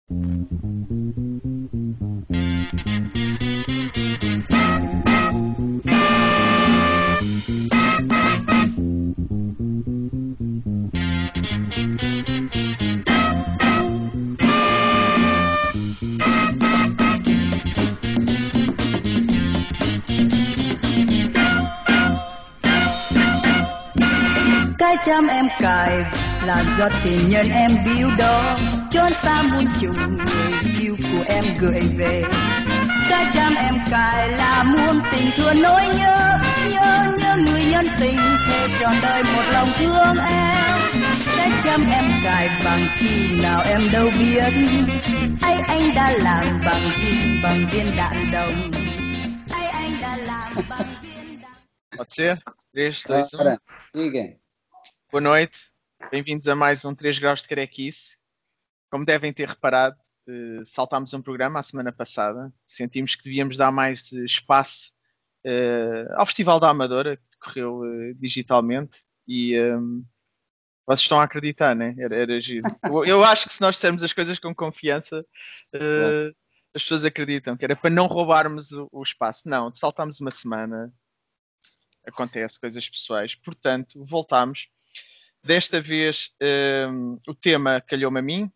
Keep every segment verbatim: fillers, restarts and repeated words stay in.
Cái chăm em cài là giọt tình nhân em biếu đó, chốn xa muôn trùng người yêu của em gửi về. Cái chăm em cài là muôn tình thương nỗi nhớ, nhớ nhớ người nhân tình thề trọn đời một lòng thương em. Cái chăm em cài bằng chi nào em đâu biết, ấy anh đã làm bằng viên bằng viên đạn đồng. Ấy anh đã làm bằng viên đạn. Pode ser? três, dois, um. Ora, diga. Boa noite, bem-vindos a mais um três graus de Carequice. Como devem ter reparado, uh, saltámos um programa a semana passada. Sentimos que devíamos dar mais uh, espaço uh, ao Festival da Amadora, que decorreu uh, digitalmente. E um, vocês estão a acreditar, né? Era, era giro. Eu, eu acho que se nós dissermos as coisas com confiança, uh, as pessoas acreditam, que era para não roubarmos o, o espaço. Não, saltámos uma semana, acontece, coisas pessoais. Portanto, voltámos. Desta vez um, o tema calhou-me a mim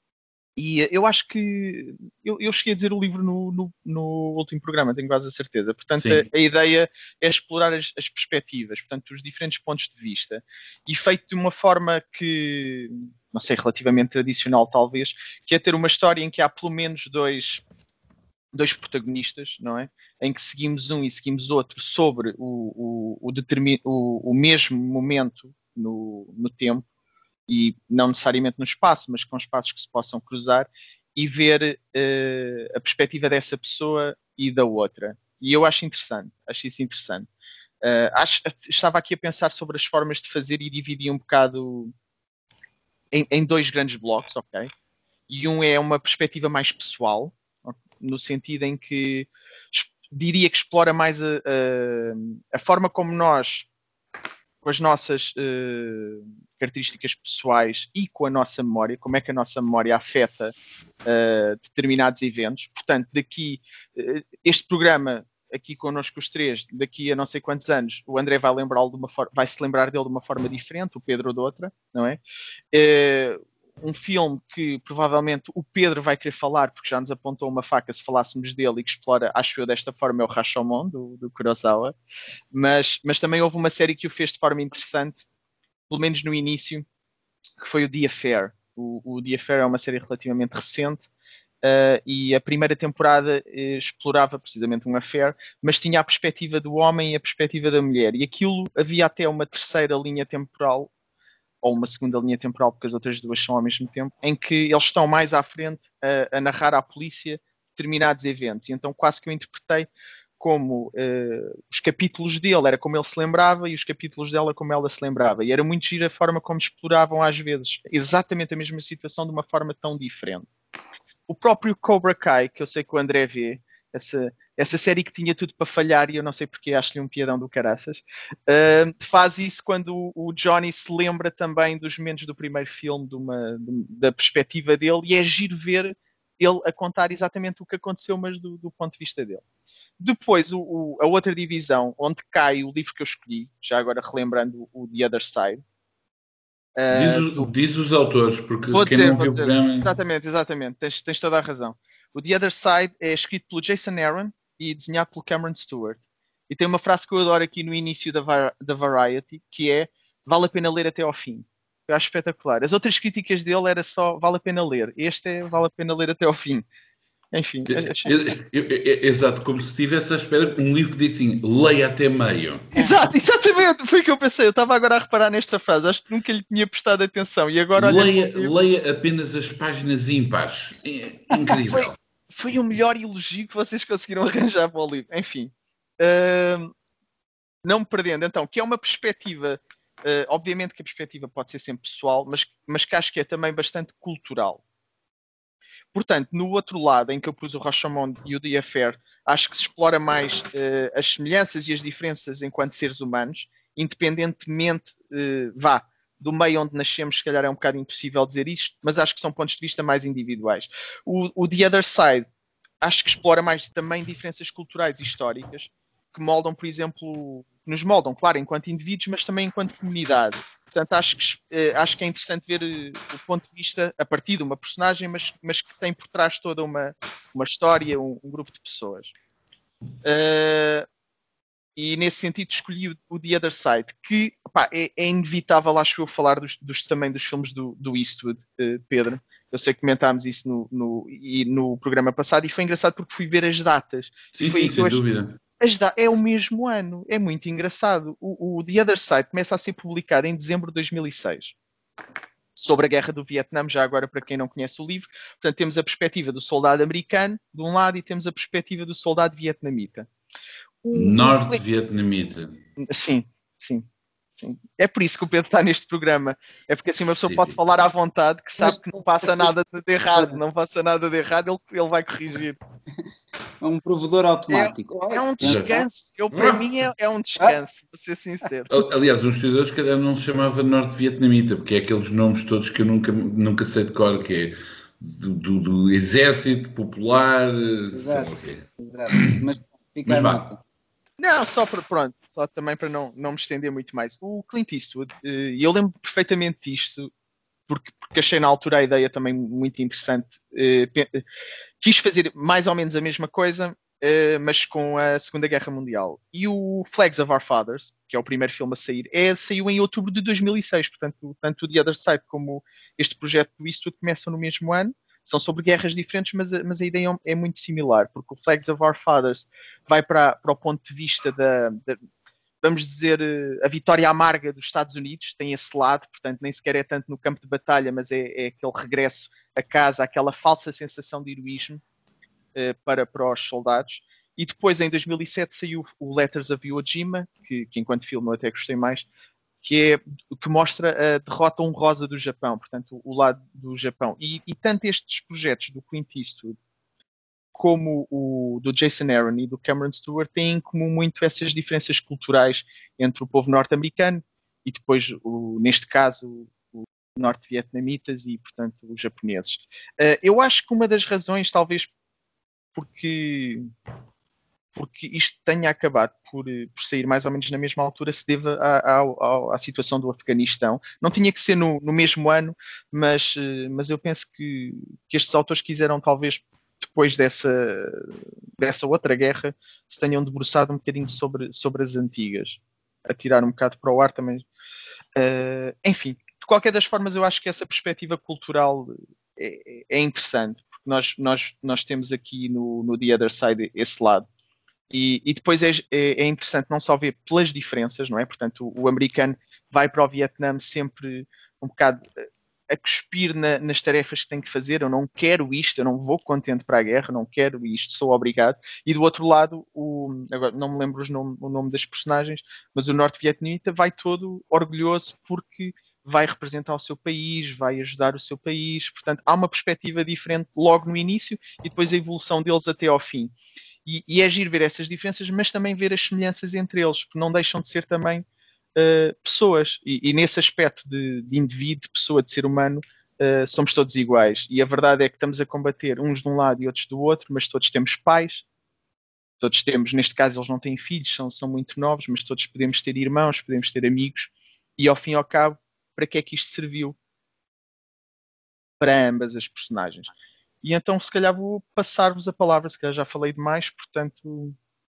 e eu acho que eu, eu cheguei a dizer o livro no, no, no último programa, tenho quase a certeza. Portanto, a, a ideia é explorar as, as perspectivas, portanto, os diferentes pontos de vista, e feito de uma forma que, não sei, relativamente tradicional talvez, que é ter uma história em que há pelo menos dois, dois protagonistas, não é? Em que seguimos um e seguimos outro sobre o, o, o, determin, o, o mesmo momento No, no tempo, e não necessariamente no espaço, mas com espaços que se possam cruzar, e ver uh, a perspectiva dessa pessoa e da outra. E eu acho interessante, acho isso interessante. Uh, acho, estava aqui a pensar sobre as formas de fazer e dividir um bocado em, em dois grandes blocos, ok? E um é uma perspectiva mais pessoal, no sentido em que diria que explora mais a, a, a forma como nós, com as nossas uh, características pessoais e com a nossa memória, como é que a nossa memória afeta uh, determinados eventos. Portanto, daqui, uh, este programa, aqui connosco os três, daqui a não sei quantos anos, o André vai lembrá-lo de uma forma, vai se lembrar dele de uma forma diferente, o Pedro de outra, não é? Uh, um filme que provavelmente o Pedro vai querer falar, porque já nos apontou uma faca se falássemos dele, e que explora, acho eu, desta forma, é o Rashomon, do, do Kurosawa. Mas, mas também houve uma série que o fez de forma interessante, pelo menos no início, que foi o The Affair. O, o The Affair é uma série relativamente recente, uh, e a primeira temporada uh, explorava precisamente um affair, mas tinha a perspectiva do homem e a perspectiva da mulher. E aquilo, havia até uma terceira linha temporal, ou uma segunda linha temporal, porque as outras duas são ao mesmo tempo, em que eles estão mais à frente a, a narrar à polícia determinados eventos. E então quase que eu interpretei como uh, os capítulos dele era como ele se lembrava e os capítulos dela como ela se lembrava. E era muito gira a forma como exploravam às vezes exatamente a mesma situação de uma forma tão diferente. O próprio Cobra Kai, que eu sei que o André vê, essa, essa série que tinha tudo para falhar, e eu não sei porque acho-lhe um piadão do caraças, uh, faz isso quando o, o Johnny se lembra também dos momentos do primeiro filme, de uma, de, da perspectiva dele, e é giro ver ele a contar exatamente o que aconteceu, mas do, do ponto de vista dele. Depois, o, o, a outra divisão, onde cai o livro que eu escolhi, já agora relembrando o The Other Side. Uh, diz, do... diz os autores, porque vou quem dizer, não viu o programa... Exatamente, exatamente, tens, tens toda a razão. O The Other Side é escrito pelo Jason Aaron e desenhado pelo Cameron Stewart. E tem uma frase que eu adoro aqui no início da, da Variety, que é: vale a pena ler até ao fim. Eu acho espetacular. As outras críticas dele era só vale a pena ler. Este é vale a pena ler até ao fim. Enfim. Eu, eu, eu, exato, como se estivesse à espera um livro que diz assim, leia até meio. Exato, exatamente. Foi o que eu pensei. Eu estava agora a reparar nesta frase. Acho que nunca lhe tinha prestado atenção. E agora leia, leia apenas as páginas ímpares. É incrível. Foi, foi o melhor elogio que vocês conseguiram arranjar para o livro. Enfim. Uh, não me perdendo, então, que é uma perspectiva, uh, obviamente que a perspectiva pode ser sempre pessoal, mas, mas que acho que é também bastante cultural. Portanto, no outro lado, em que eu pus o Rashomon e o The Affair, acho que se explora mais uh, as semelhanças e as diferenças enquanto seres humanos, independentemente, uh, vá, do meio onde nascemos, se calhar é um bocado impossível dizer isto, mas acho que são pontos de vista mais individuais. O, o The Other Side acho que explora mais também diferenças culturais e históricas que moldam, por exemplo, nos moldam, claro, enquanto indivíduos, mas também enquanto comunidade. Portanto, acho que, eh, acho que é interessante ver eh, o ponto de vista a partir de uma personagem, mas, mas que tem por trás toda uma, uma história, um, um grupo de pessoas. Uh, e nesse sentido escolhi o, o The Other Side, que pá, é, é inevitável, acho eu, falar dos, dos, também dos filmes do, do Eastwood, uh, Pedro. Eu sei que comentámos isso no, no, e no programa passado, e foi engraçado porque fui ver as datas. Sim, foi sim, sem dúvida. As da- é o mesmo ano, é muito engraçado. O, o The Other Side começa a ser publicado em dezembro de dois mil e seis, sobre a guerra do Vietnã, já agora para quem não conhece o livro. Portanto, temos a perspectiva do soldado americano, de um lado, e temos a perspectiva do soldado vietnamita. O- Norte-vietnamita. Sim, sim, sim. É por isso que o Pedro está neste programa. É porque assim uma pessoa Sim. pode falar à vontade, que sabe Mas- que não passa nada de errado, não passa nada de errado, ele, ele vai corrigir. É um provedor automático. É um descanso. Eu, para mim é, é um descanso, vou ser sincero. Aliás, uns estudiosos que não se chamava norte-vietnamita, porque é aqueles nomes todos que eu nunca, nunca sei de cor, que é do, do, do exército popular, sei Exato. lá o quê. Exato. Mas fica Mas a vá. nota. Não, só para, pronto, só também para não, não me estender muito mais. O Clint Eastwood, eh, e eu lembro perfeitamente disto, porque, porque achei na altura a ideia também muito interessante. Eh, pe- eh, quis fazer mais ou menos a mesma coisa, eh, mas com a Segunda Guerra Mundial. E o Flags of Our Fathers, que é o primeiro filme a sair, é, saiu em outubro de dois mil e seis, portanto, tanto o The Other Side como este projeto do Eastwood começam no mesmo ano. São sobre guerras diferentes, mas a, mas a ideia é muito similar, porque o Flags of Our Fathers vai para, para o ponto de vista da, da, vamos dizer, a vitória amarga dos Estados Unidos, tem esse lado, portanto nem sequer é tanto no campo de batalha, mas é, é aquele regresso a casa, aquela falsa sensação de heroísmo uh, para, para os soldados. E depois, em dois mil e sete, saiu o Letters of Iwo Jima, que, que enquanto filme eu até gostei mais, que, é, que mostra a derrota honrosa do Japão, portanto, o lado do Japão. E, e tanto estes projetos do Clint Eastwood como o do Jason Aaron e do Cameron Stewart têm em comum muito essas diferenças culturais entre o povo norte-americano e depois, o, neste caso, os norte-vietnamitas e, portanto, os japoneses. Uh, eu acho que uma das razões, talvez porque... porque isto tenha acabado por, por sair mais ou menos na mesma altura, se deve à, à, à situação do Afeganistão. Não tinha que ser no, no mesmo ano, mas, mas eu penso que, que estes autores quiseram, talvez, depois dessa, dessa outra guerra, se tenham debruçado um bocadinho sobre, sobre as antigas. A tirar um bocado para o ar também. Uh, enfim, de qualquer das formas, eu acho que essa perspectiva cultural é, é interessante, porque nós, nós, nós temos aqui no, no The Other Side esse lado. E, e depois é, é, é interessante não só ver pelas diferenças, não é? Portanto, o, o americano vai para o Vietnã sempre um bocado a cuspir na, nas tarefas que tem que fazer. Eu não quero isto, eu não vou contente para a guerra, não quero isto, sou obrigado. E do outro lado, o, agora não me lembro os nome, o nome das personagens, mas o norte-vietnamita vai todo orgulhoso porque vai representar o seu país, vai ajudar o seu país. Portanto, há uma perspectiva diferente logo no início e depois a evolução deles até ao fim. E, e é giro ver essas diferenças, mas também ver as semelhanças entre eles, porque não deixam de ser também uh, pessoas. E, e nesse aspecto de, de indivíduo, de pessoa, de ser humano, uh, somos todos iguais. E a verdade é que estamos a combater uns de um lado e outros do outro, mas todos temos pais, todos temos, neste caso eles não têm filhos, são, são muito novos, mas todos podemos ter irmãos, podemos ter amigos. E ao fim e ao cabo, para que é que isto serviu? Para ambas as personagens. E então, se calhar, vou passar-vos a palavra. Se calhar já falei demais, portanto,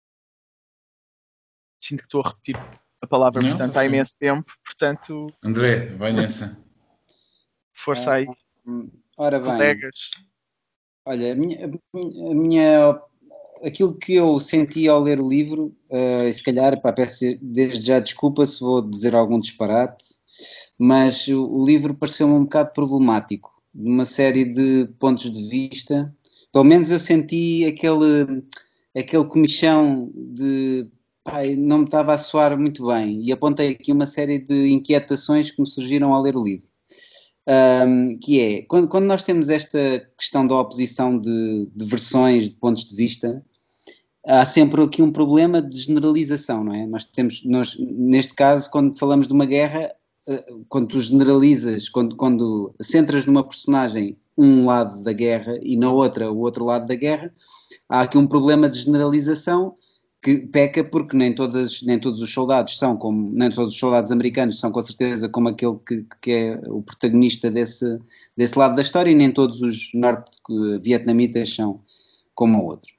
sinto que estou a repetir a palavra, Não, portanto, tá há bem. imenso tempo. Portanto, André, vai nessa. força aí, Hum, Ora bem, colegas. olha, a minha, a minha- aquilo que eu senti ao ler o livro, eh, e se calhar, pá, peço desde já desculpa se vou dizer algum disparate, mas o, o livro pareceu-me um bocado problemático, de uma série de pontos de vista. Pelo menos eu senti aquele, aquele comichão de, pá, não me estava a soar muito bem, e apontei aqui uma série de inquietações que me surgiram ao ler o livro. Um, que é, quando, quando nós temos esta questão da oposição de, de versões, de pontos de vista, há sempre aqui um problema de generalização, não é? Nós temos, nós, neste caso, quando falamos de uma guerra, quando tu generalizas, quando, quando centras numa personagem um lado da guerra e na outra o outro lado da guerra, há aqui um problema de generalização que peca porque nem, todas, nem todos os soldados são como, nem todos os soldados americanos são com certeza como aquele que, que é o protagonista desse, desse lado da história, e nem todos os norte-vietnamitas são como o outro.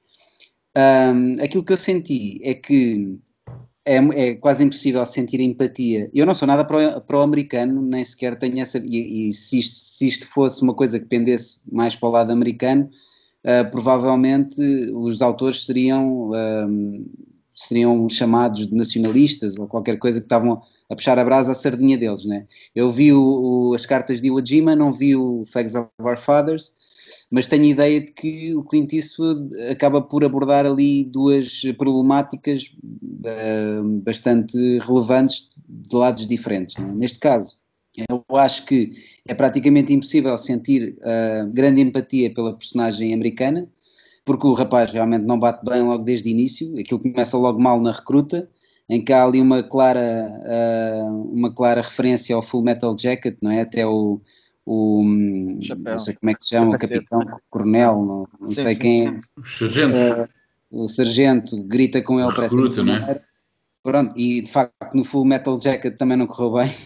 Um, aquilo que eu senti é que é, é quase impossível sentir empatia. Eu não sou nada para o americano, nem sequer tenho essa... E, e se, isto, se isto fosse uma coisa que pendesse mais para o lado americano, uh, provavelmente os autores seriam, um, seriam chamados de nacionalistas ou qualquer coisa, que estavam a puxar a brasa à sardinha deles, né? Eu vi o, o, as cartas de Iwo Jima, não vi o Flags of Our Fathers, mas tenho a ideia de que o Clint Eastwood acaba por abordar ali duas problemáticas uh, bastante relevantes de lados diferentes, né? Neste caso, eu acho que é praticamente impossível sentir uh, grande empatia pela personagem americana, porque o rapaz realmente não bate bem logo desde o início, aquilo começa logo mal na recruta, em que há ali uma clara, uh, uma clara referência ao Full Metal Jacket, não é? Até o O, não sei como é que se chama, Capacete. o capitão, o coronel, não, não Sim, sei sim, quem sim. é. Os sargentos. Uh, o sargento grita com ele, parece Recruta, que não é? Pronto, e de facto no Full Metal Jacket também não correu bem.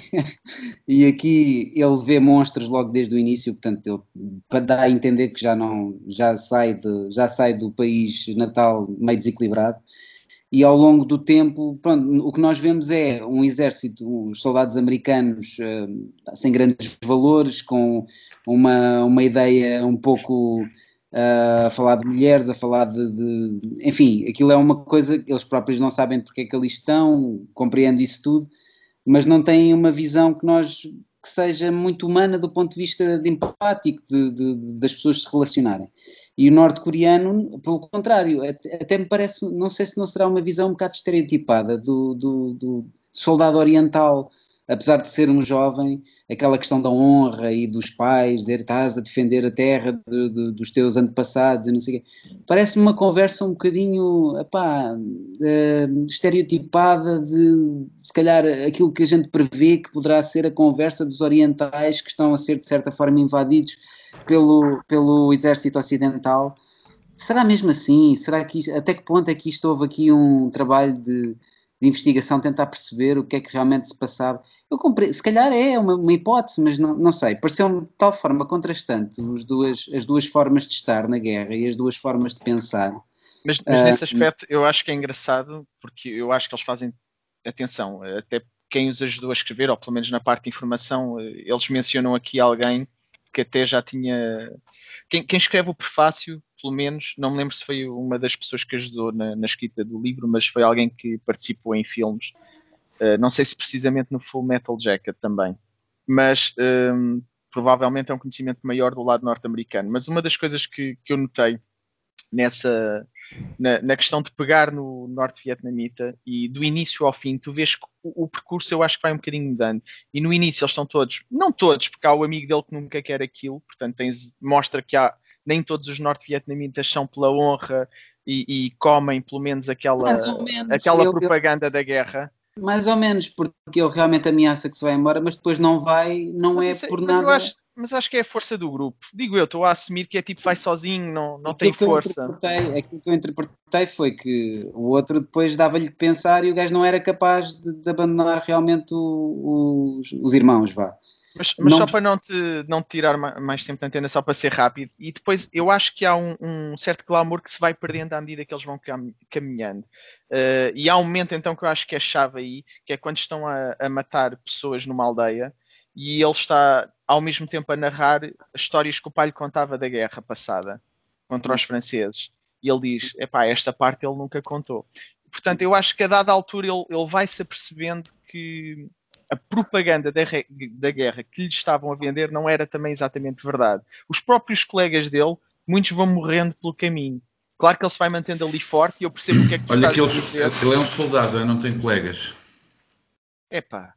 E aqui ele vê monstros logo desde o início, portanto ele para dar a entender que já não já sai de, já sai do país natal meio desequilibrado. E ao longo do tempo, pronto, o que nós vemos é um exército, os soldados americanos uh, sem grandes valores, com uma, uma ideia um pouco uh, a falar de mulheres, a falar de, de... Enfim, aquilo é uma coisa que eles próprios não sabem porque é que ali estão, compreendo isso tudo, mas não têm uma visão que nós que seja muito humana do ponto de vista de empático, de, de, de, das pessoas se relacionarem. E o norte-coreano, pelo contrário, até, até me parece, não sei se não será uma visão um bocado estereotipada do, do, do soldado oriental, apesar de ser um jovem, aquela questão da honra e dos pais, dizer estás a defender a terra de, de, dos teus antepassados e não sei o quê. Parece-me uma conversa um bocadinho, epá, uh, estereotipada de, se calhar, aquilo que a gente prevê que poderá ser a conversa dos orientais que estão a ser, de certa forma, invadidos pelo, pelo exército ocidental. Será mesmo assim? Será que, até que ponto é que isto houve aqui um trabalho de de investigação, tentar perceber o que é que realmente se passava? Eu comprei, se calhar é uma, uma hipótese, mas não, não sei, pareceu-me de tal forma contrastante os duas, as duas formas de estar na guerra e as duas formas de pensar. Mas, mas uh, nesse aspecto eu acho que é engraçado, porque eu acho que eles fazem, atenção, até quem os ajudou a escrever, ou pelo menos na parte de informação, eles mencionam aqui alguém que até já tinha... Quem, quem escreve o prefácio, pelo menos, não me lembro se foi uma das pessoas que ajudou na, na escrita do livro, mas foi alguém que participou em filmes. Uh, não sei se precisamente no Full Metal Jacket também, mas um, provavelmente é um conhecimento maior do lado norte-americano. Mas uma das coisas que, que eu notei nessa, na, na questão de pegar no norte-vietnamita e do início ao fim, tu vês que o, o percurso eu acho que vai um bocadinho mudando. E no início eles estão todos, não todos, porque há o amigo dele que nunca quer aquilo, portanto tens, mostra que há, nem todos os norte-vietnamitas são pela honra e, e comem pelo menos aquela, menos. aquela eu, propaganda eu... da guerra. Mais ou menos, porque ele realmente ameaça que se vai embora, mas depois não vai, não mas é isso, por mas nada... Eu acho, mas eu acho que é a força do grupo. Digo eu, estou a assumir que é tipo, vai sozinho, não, não tem força. Aquilo que eu interpretei foi que o outro depois dava-lhe que pensar e o gajo não era capaz de, de abandonar realmente o, os, os irmãos, vá. Mas, mas não... só para não te, não te tirar mais tempo de antena, só para ser rápido, e depois eu acho que há um, um certo glamour que se vai perdendo à medida que eles vão cam- caminhando. Uh, e há um momento então que eu acho que é chave aí, que é quando estão a, a matar pessoas numa aldeia e ele está ao mesmo tempo a narrar as histórias que o pai lhe contava da guerra passada contra os franceses. E ele diz, epá, esta parte ele nunca contou. Portanto, eu acho que a dada altura ele, ele vai se apercebendo que a propaganda da, da guerra que lhe estavam a vender não era também exatamente verdade. Os próprios colegas dele, muitos vão morrendo pelo caminho. Claro que ele se vai mantendo ali forte e eu percebo o que é que tu Olha, estás que ele, a dizer. ele é um soldado, eu não tenho colegas. Epá.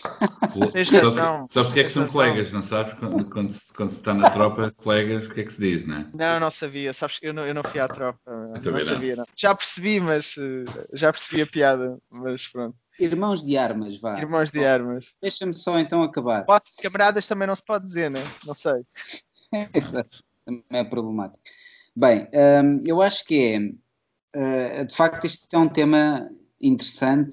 Tens razão. Sabes, sabes o que é que são razão. Colegas, não sabes? Quando, quando, se, quando se está na tropa, colegas, o que é que se diz, não é? Não, não sabia. Sabes que eu não, eu não fui à tropa. Eu não sabia, não. não. Já percebi, mas já percebi a piada, mas pronto. Irmãos de armas, vá. Irmãos de armas. Deixa-me só então acabar. Bote de camaradas também não se pode dizer, né? Não sei. Exato, também é problemático. Bem, hum, eu acho que é, uh, de facto, este é um tema interessante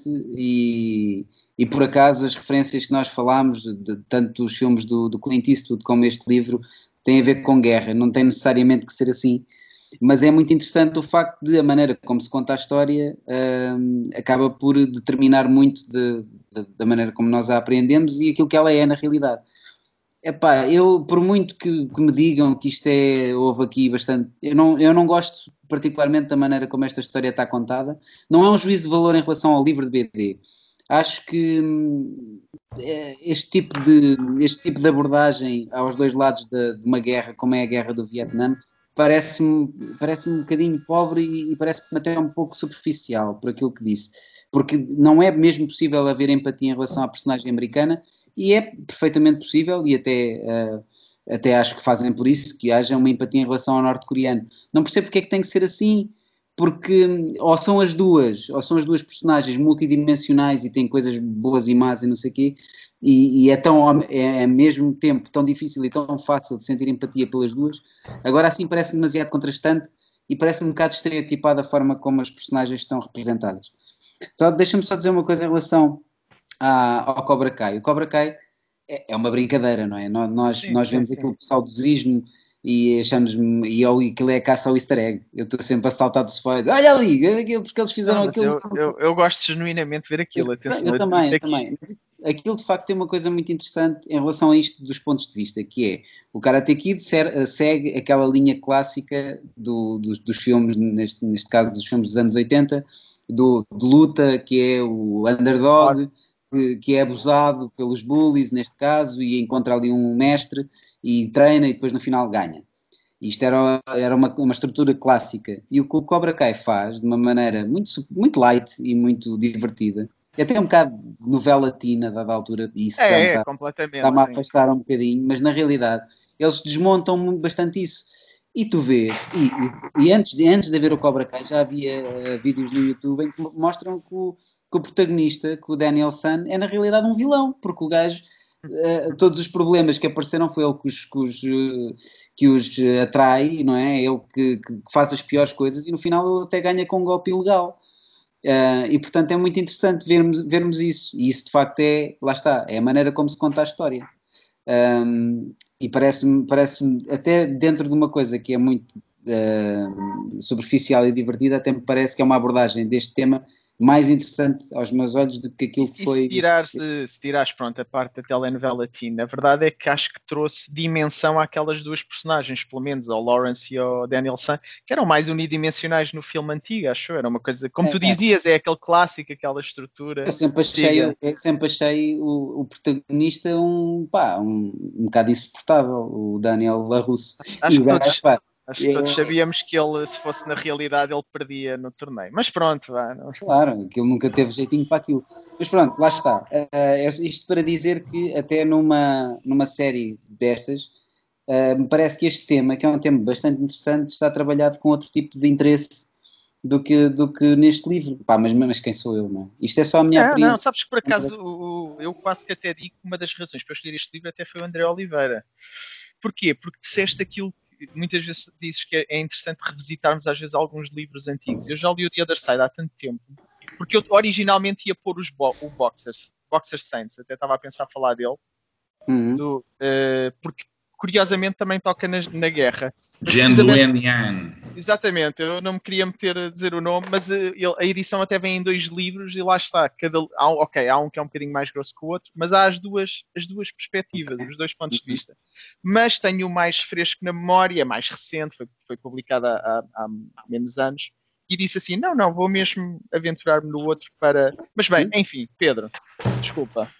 e, e por acaso as referências que nós falámos, de, tanto dos filmes do, do Clint Eastwood como este livro, têm a ver com guerra, não tem necessariamente que ser assim, mas é muito interessante o facto de a maneira como se conta a história hum, acaba por determinar muito de, de, da maneira como nós a apreendemos e aquilo que ela é na realidade. Epá, eu, por muito que, que me digam que isto é, houve aqui bastante, eu não, eu não gosto particularmente da maneira como esta história está contada, não é um juízo de valor em relação ao livro de B D. Acho que hum, este, tipo de, este tipo de abordagem aos dois lados de, de uma guerra, como é a guerra do Vietnã, parece-me, parece-me um bocadinho pobre e, e parece-me até um pouco superficial por aquilo que disse, porque não é mesmo possível haver empatia em relação à personagem americana. E é perfeitamente possível, e até, uh, até acho que fazem por isso, que haja uma empatia em relação ao norte-coreano. Não percebo porque é que tem que ser assim, porque ou são as duas, ou são as duas personagens multidimensionais e têm coisas boas e más e não sei o quê, e, e é, tão, é ao mesmo tempo tão difícil e tão fácil de sentir empatia pelas duas. Agora assim parece-me demasiado contrastante e parece-me um bocado estereotipada a forma como as personagens estão representadas. Então, deixa-me só dizer uma coisa em relação ao Cobra Kai. O Cobra Kai é, é uma brincadeira, não é? Nós, sim, nós vemos sim, sim. aquilo saudosismo e achamos e aquilo é a caça ao easter egg. Eu estou sempre a saltar de sofá e dizer, olha ali, aquilo, porque eles fizeram não, aquilo. Eu, eu, eu gosto genuinamente de ver aquilo. Atenção, Eu, eu também, eu que... também. Aquilo de facto tem uma coisa muito interessante em relação a isto dos pontos de vista, que é o Karate Kid segue aquela linha clássica do, dos, dos filmes, neste, neste caso dos filmes dos anos oitenta, do, de luta, que é o underdog, que, que é abusado pelos bullies, neste caso, e encontra ali um mestre e treina e depois no final ganha. Isto era, era uma, uma estrutura clássica. E o que o Cobra Kai faz, de uma maneira muito, muito light e muito divertida, é até um bocado de novela latina, dada a altura, e isso é, já me é, está, completamente, está-me a sim. afastar um bocadinho, mas na realidade eles desmontam bastante isso. E tu vês, e, e, e antes, de, antes de haver o Cobra Kai, já havia uh, vídeos no YouTube em que mostram que o, que o protagonista, que o Daniel San, é na realidade um vilão, porque o gajo, uh, todos os problemas que apareceram foi ele que os, que os, uh, que os uh, atrai, não é? Ele que, que faz as piores coisas e no final ele até ganha com um golpe ilegal. Uh, e portanto é muito interessante vermos, vermos isso, e isso de facto é, lá está, é a maneira como se conta a história. Um, e parece-me, parece-me, até dentro de uma coisa que é muito uh, superficial e divertida, até me parece que é uma abordagem deste tema mais interessante aos meus olhos do que aquilo e, que foi... E se tirares, se tirares pronto, a parte da telenovela teen, a verdade é que acho que trouxe dimensão àquelas duas personagens, pelo menos ao Lawrence e ao Daniel San, que eram mais unidimensionais no filme antigo, acho. Era uma coisa, como tu dizias, é aquele clássico, aquela estrutura. Eu sempre achei, eu sempre achei o, o protagonista um, pá, um, um bocado insuportável, o Daniel LaRusso. Acho, e que, o gajo, todos, pá, acho que todos sabíamos que ele, se fosse na realidade, ele perdia no torneio. Mas pronto, vá. Não. Claro, aquilo nunca teve jeitinho para aquilo. Mas pronto, lá está. Uh, isto para dizer que até numa, numa série destas, uh, me parece que este tema, que é um tema bastante interessante, está trabalhado com outro tipo de interesse do que, do que neste livro. Pá, mas, mas quem sou eu, não é? Isto é só a minha não, opinião. Não, sabes que por acaso o, eu quase que até digo que uma das razões para eu escolher este livro até foi o André Oliveira. Porquê? Porque disseste aquilo que muitas vezes dizes que é interessante revisitarmos às vezes alguns livros antigos. Eu já li o The Other Side há tanto tempo, porque eu originalmente ia pôr os bo o Boxers, Boxer Saints, até estava a pensar a falar dele, uhum. do, uh, porque curiosamente também toca na, na guerra. Jen Luen-Yang. Exatamente, eu não me queria meter a dizer o nome, mas uh, ele, a edição até vem em dois livros e lá está. Cada, há, ok, há um que é um bocadinho mais grosso que o outro, mas há as duas, as duas perspectivas, os dois pontos de vista. Mas tenho o mais fresco na memória, é mais recente, foi, foi publicado há, há, há menos anos, e disse assim, não, não, vou mesmo aventurar-me no outro para... Mas bem, enfim, Pedro, desculpa.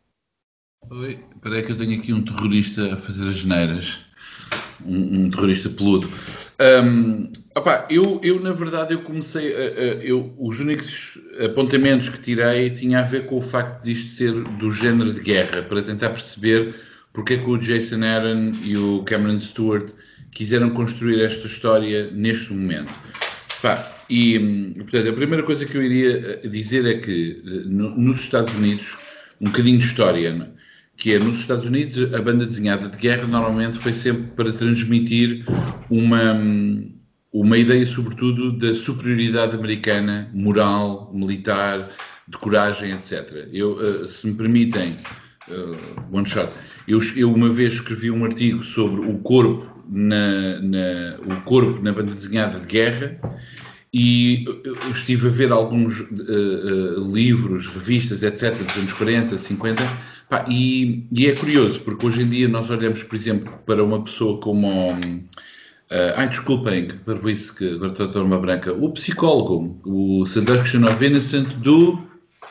Oi, espera aí que eu tenho aqui um terrorista a fazer as geneiras. Um, um terrorista peludo. Um, opa, eu, eu, na verdade, eu comecei... A, a, eu, os únicos apontamentos que tirei tinha a ver com o facto disto ser do género de guerra, para tentar perceber porque é que o Jason Aaron e o Cameron Stewart quiseram construir esta história neste momento. Pá, e, portanto, a primeira coisa que eu iria dizer é que no, nos Estados Unidos, um bocadinho de história, não é? Que é, nos Estados Unidos, a banda desenhada de guerra normalmente foi sempre para transmitir uma, uma ideia, sobretudo, da superioridade americana, moral, militar, de coragem, etcétera. Eu, se me permitem, uh, one shot, eu, eu uma vez escrevi um artigo sobre o corpo na, na, o corpo na banda desenhada de guerra e eu estive a ver alguns uh, uh, livros, revistas, etcétera, dos anos quarenta, cinquenta, pá, e, e é curioso, porque hoje em dia nós olhamos, por exemplo, para uma pessoa como... Um, uh, ai, desculpem, para isso que agora estou a ter uma branca, o psicólogo, o Seduction of Innocent do...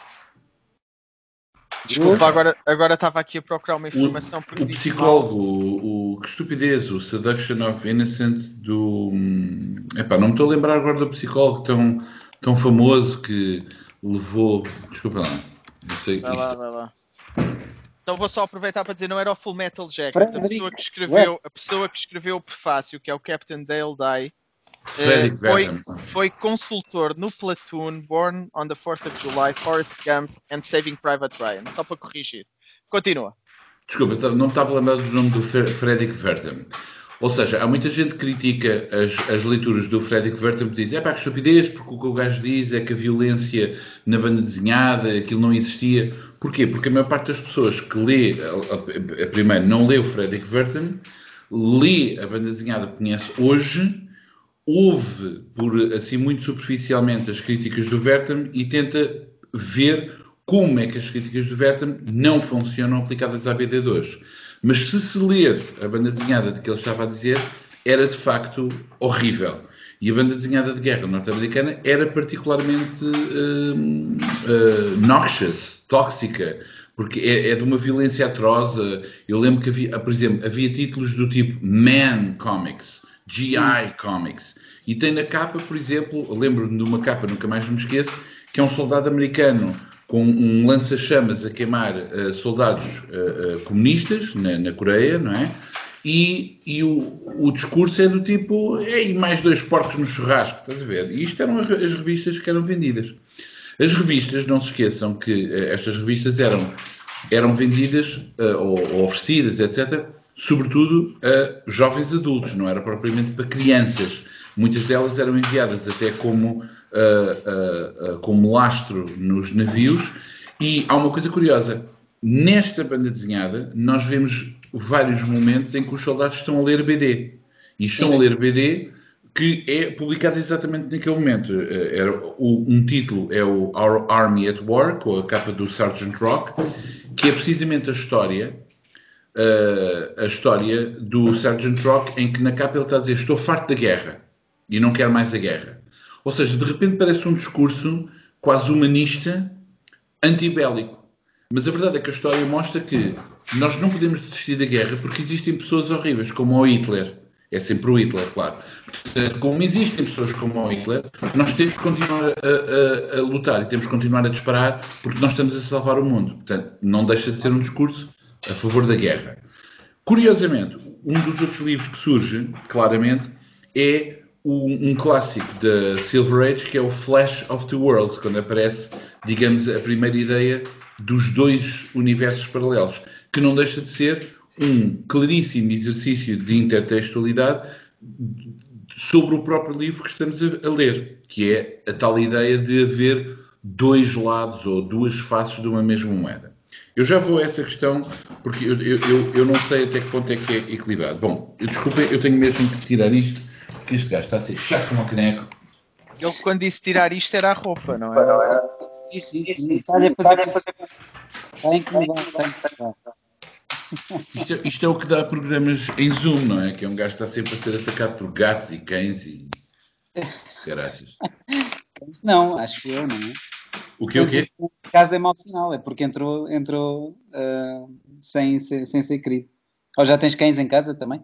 Desculpa, agora, agora estava aqui a procurar uma informação. O, o psicólogo, o, o, que estupidez, o Seduction of Innocent do... Epá, não me estou a lembrar agora do psicólogo tão, tão famoso que levou... Desculpa lá. Não sei, vai isto... lá, vai lá. Então vou só aproveitar para dizer, não era o Full Metal Jacket. A pessoa que escreveu, a pessoa que escreveu o prefácio, que é o Captain Dale Dye, Uh, foi, foi consultor no Platoon, Born on the fourth of July, Forrest Gump and Saving Private Ryan. Só para corrigir. Continua. Desculpa, não me estava a lembrar do nome do Frederick Wertham. Ou seja, há muita gente que critica as, as leituras do Frederick Wertham que diz é pá, que estupidez, porque o que o gajo diz é que a violência na banda desenhada, aquilo não existia. Porquê? Porque a maior parte das pessoas que lê, a, a, a primeiro, não lê o Frederick Wertham, lê a banda desenhada que conhece hoje, ouve, por assim muito superficialmente, as críticas do Wertham e tenta ver como é que as críticas do Wertham não funcionam aplicadas à B D dois. Mas se se ler a banda desenhada de que ele estava a dizer, era de facto horrível. E a banda desenhada de guerra norte-americana era particularmente uh, uh, noxious, tóxica, porque é, é de uma violência atroz. Eu lembro que havia, por exemplo, havia títulos do tipo Man Comics, G I Comics. E tem na capa, por exemplo, lembro-me de uma capa, nunca mais me esqueço, que é um soldado americano com um lança-chamas a queimar uh, soldados uh, uh, comunistas na, na Coreia, não é? E, e o, o discurso é do tipo, e mais dois porcos no churrasco, estás a ver? E isto eram as revistas que eram vendidas. As revistas, não se esqueçam que uh, estas revistas eram, eram vendidas uh, ou, ou oferecidas, etcétera, sobretudo a jovens adultos, não era propriamente para crianças. Muitas delas eram enviadas até como, uh, uh, uh, como lastro nos navios. E há uma coisa curiosa. Nesta banda desenhada, nós vemos vários momentos em que os soldados estão a ler B D. E estão Sim. a ler B D que é publicado exatamente naquele momento. Uh, era o, um título é o Our Army at War, com a capa do Sergeant Rock, que é precisamente a história... Uh, a história do Sergeant Rock, em que na capa ele está a dizer estou farto da guerra e não quero mais a guerra. Ou seja, de repente parece um discurso quase humanista, antibélico. Mas a verdade é que a história mostra que nós não podemos desistir da guerra porque existem pessoas horríveis, como o Hitler. É sempre o Hitler, claro. Portanto, como existem pessoas como o Hitler, nós temos que continuar a, a, a lutar e temos que continuar a disparar porque nós estamos a salvar o mundo. Portanto, não deixa de ser um discurso a favor da guerra. Curiosamente, um dos outros livros que surge, claramente, é um, um clássico da Silver Age, que é o Flash of the Worlds, quando aparece, digamos, a primeira ideia dos dois universos paralelos, que não deixa de ser um claríssimo exercício de intertextualidade sobre o próprio livro que estamos a, a ler, que é a tal ideia de haver dois lados ou duas faces de uma mesma moeda. Eu já vou a essa questão, porque eu, eu, eu, eu não sei até que ponto é que é equilibrado. Bom, eu, desculpem, eu tenho mesmo que tirar isto, porque este gajo está a ser chato como um caneco. Ele, quando disse tirar isto, era a roupa, não é? Isso, isso, isso. Está a fazer... Está a incomodar, está a incomodar. Isto é, isto é o que dá programas em Zoom, não é? Que é um gajo que está sempre a ser atacado por gatos e cães e... Caraças. Não, acho que eu, não é? O que é o quê? O caso é mau sinal, é porque entrou, entrou uh, sem, sem, sem ser querido. Ou já tens cães em casa também?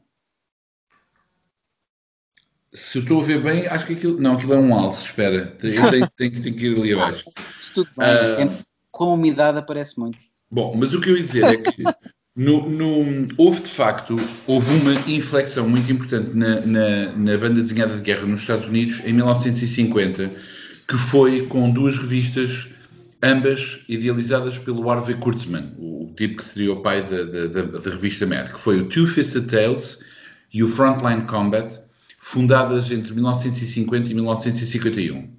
Se eu estou a ver bem, acho que aquilo... Não, aquilo é um alce, espera. Eu tenho, tenho, tenho que ir ali abaixo. Tudo bem, uh... com a umidade aparece muito. Bom, mas o que eu ia dizer é que No, no, houve de facto, houve uma inflexão muito importante na, na, na banda desenhada de guerra nos Estados Unidos em mil novecentos e cinquenta, que foi com duas revistas, ambas idealizadas pelo Harvey Kurtzman, o, o tipo que seria o pai da, da, da, da revista Mad, que foi o Two-Fisted Tales e o Frontline Combat, fundadas entre mil novecentos e cinquenta e mil novecentos e cinquenta e um.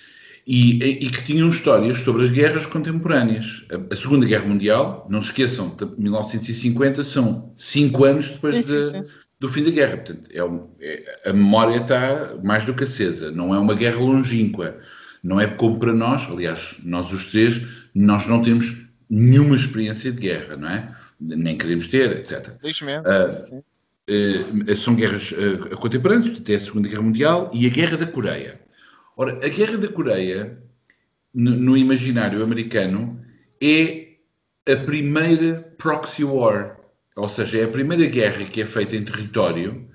E, e que tinham histórias sobre as guerras contemporâneas. A, a Segunda Guerra Mundial, não se esqueçam, mil novecentos e cinquenta são cinco anos depois sim, de, sim, sim. do fim da guerra. Portanto, é um, é, a memória está mais do que acesa. Não é uma guerra longínqua. Não é como para nós, aliás, nós os três, nós não temos nenhuma experiência de guerra, não é? Nem queremos ter, etcétera. Felizmente, Uh, sim, sim. Uh, são guerras uh, contemporâneas, até a Segunda Guerra Mundial e a Guerra da Coreia. Ora, a Guerra da Coreia, no, no imaginário americano, é a primeira proxy war, ou seja, é a primeira guerra que é feita em território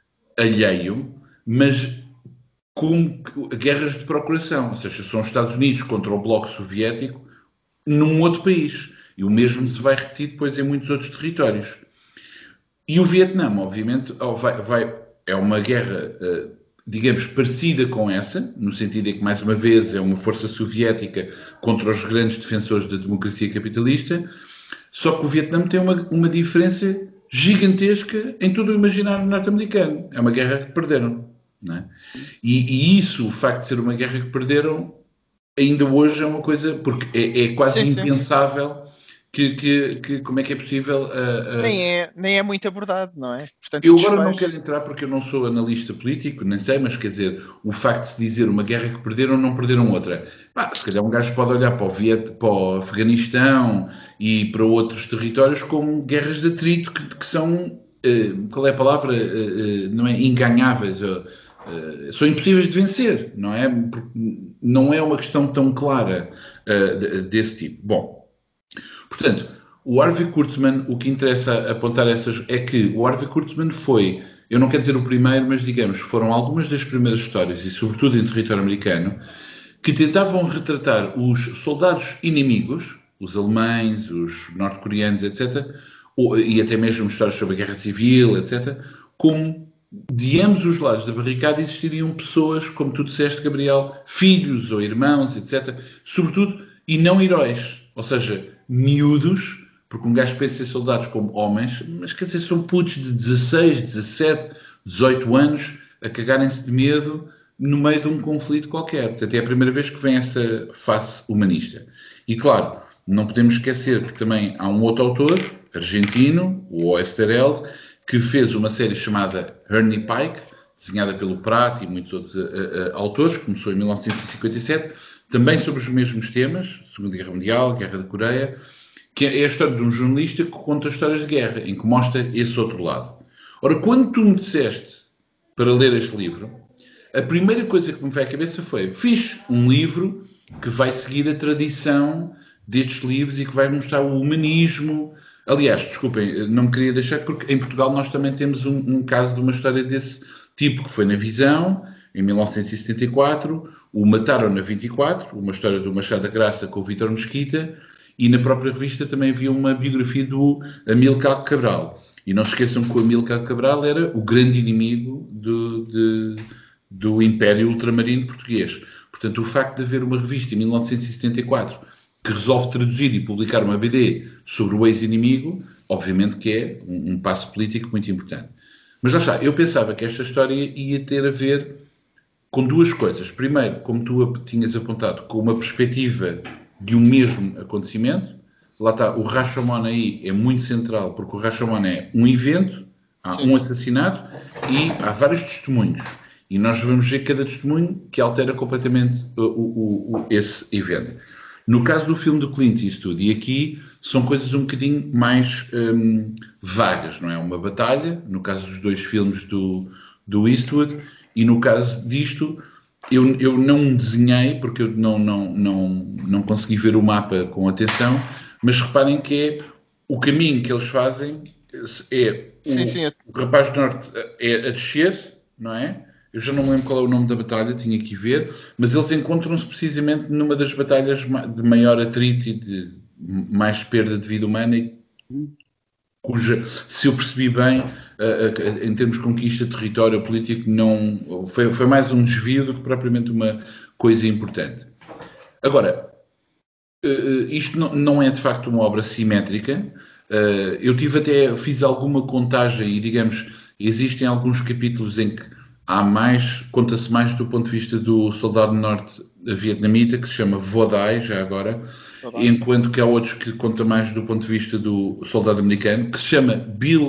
alheio, mas com guerras de procuração, ou seja, são os Estados Unidos contra o Bloco Soviético num outro país. E o mesmo se vai repetir depois em muitos outros territórios. E o Vietnã, obviamente, vai, vai, é uma guerra, digamos, parecida com essa, no sentido em que, mais uma vez, é uma força soviética contra os grandes defensores da democracia capitalista, só que o Vietnã tem uma, uma diferença gigantesca em todo o imaginário norte-americano. É uma guerra que perderam. Não é? E, e isso, o facto de ser uma guerra que perderam, ainda hoje é uma coisa, porque é, é quase sim, impensável que, que, que como é que é possível... Uh, uh... Nem, é, nem é muito abordado, não é? Portanto, eu agora não quero entrar porque eu não sou analista político, nem sei, mas quer dizer, o facto de se dizer uma guerra que perderam, não perderam outra. Pá, se calhar um gajo pode olhar para o, Viet, para o Afeganistão e para outros territórios como guerras de atrito que, que são, uh, qual é a palavra, uh, uh, não é, inganháveis, uh, uh, são impossíveis de vencer, não é? Porque não é uma questão tão clara uh, desse tipo. Bom, portanto, o Harvey Kurtzman, o que interessa apontar essas é que o Harvey Kurtzman foi, eu não quero dizer o primeiro, mas digamos, foram algumas das primeiras histórias, e sobretudo em território americano, que tentavam retratar os soldados inimigos, os alemães, os norte-coreanos, etcétera, ou, e até mesmo histórias sobre a guerra civil, etcétera, como de ambos os lados da barricada existiriam pessoas, como tu disseste, Gabriel, filhos ou irmãos, etcétera, sobretudo, e não heróis, ou seja, miúdos, porque um gajo pensa em soldados como homens, mas quer dizer, são putos de dezasseis, dezassete, dezoito anos a cagarem-se de medo no meio de um conflito qualquer. Portanto, é a primeira vez que vem essa face humanista. E claro, não podemos esquecer que também há um outro autor, argentino, o Oesterheld, que fez uma série chamada Ernie Pike, desenhada pelo Pratt e muitos outros uh, uh, autores, começou em mil novecentos e cinquenta e sete, também sobre os mesmos temas, Segunda Guerra Mundial, Guerra da Coreia, que é a história de um jornalista que conta histórias de guerra, em que mostra esse outro lado. Ora, quando tu me disseste para ler este livro, a primeira coisa que me veio à cabeça foi, fiz um livro que vai seguir a tradição destes livros e que vai mostrar o humanismo. Aliás, desculpem, não me queria deixar, porque em Portugal nós também temos um, um caso de uma história desse tipo, que foi na Visão, em mil novecentos e setenta e quatro, o Mataram na vinte e quatro, uma história do Machado da Graça com o Vítor Mesquita, e na própria revista também havia uma biografia do Amílcar Cabral. E não se esqueçam que o Amílcar Cabral era o grande inimigo do, de, do Império Ultramarino Português. Portanto, o facto de haver uma revista em mil novecentos e setenta e quatro que resolve traduzir e publicar uma B D sobre o ex-inimigo, obviamente que é um, um passo político muito importante. Mas lá está, eu pensava que esta história ia ter a ver com duas coisas. Primeiro, como tu tinhas apontado, com uma perspectiva de um mesmo acontecimento. Lá está, o Rashomon aí é muito central, porque o Rashomon é um evento, há Sim. um assassinato e há vários testemunhos. E nós vamos ver cada testemunho que altera completamente o, o, o, esse evento. No caso do filme do Clint Eastwood, e aqui são coisas um bocadinho mais hum, vagas, não é? Uma batalha, no caso dos dois filmes do, do Eastwood, e no caso disto, eu, eu não desenhei, porque eu não, não, não, não consegui ver o mapa com atenção, mas reparem que é o caminho que eles fazem, é o, sim, sim. o rapaz do norte é a descer, não é? Eu já não me lembro qual é o nome da batalha, tinha que ver, mas eles encontram-se precisamente numa das batalhas de maior atrito e de mais perda de vida humana. cuja, se eu percebi bem, uh, uh, em termos de conquista de território político, não, foi, foi mais um desvio do que propriamente uma coisa importante. Agora, uh, isto não, não é de facto uma obra simétrica. Uh, eu tive até, fiz alguma contagem e, digamos, existem alguns capítulos em que há mais, conta-se mais do ponto de vista do soldado norte-vietnamita, que se chama Vo Dai, já agora, enquanto que há outros que conta mais do ponto de vista do soldado americano, que se chama Bill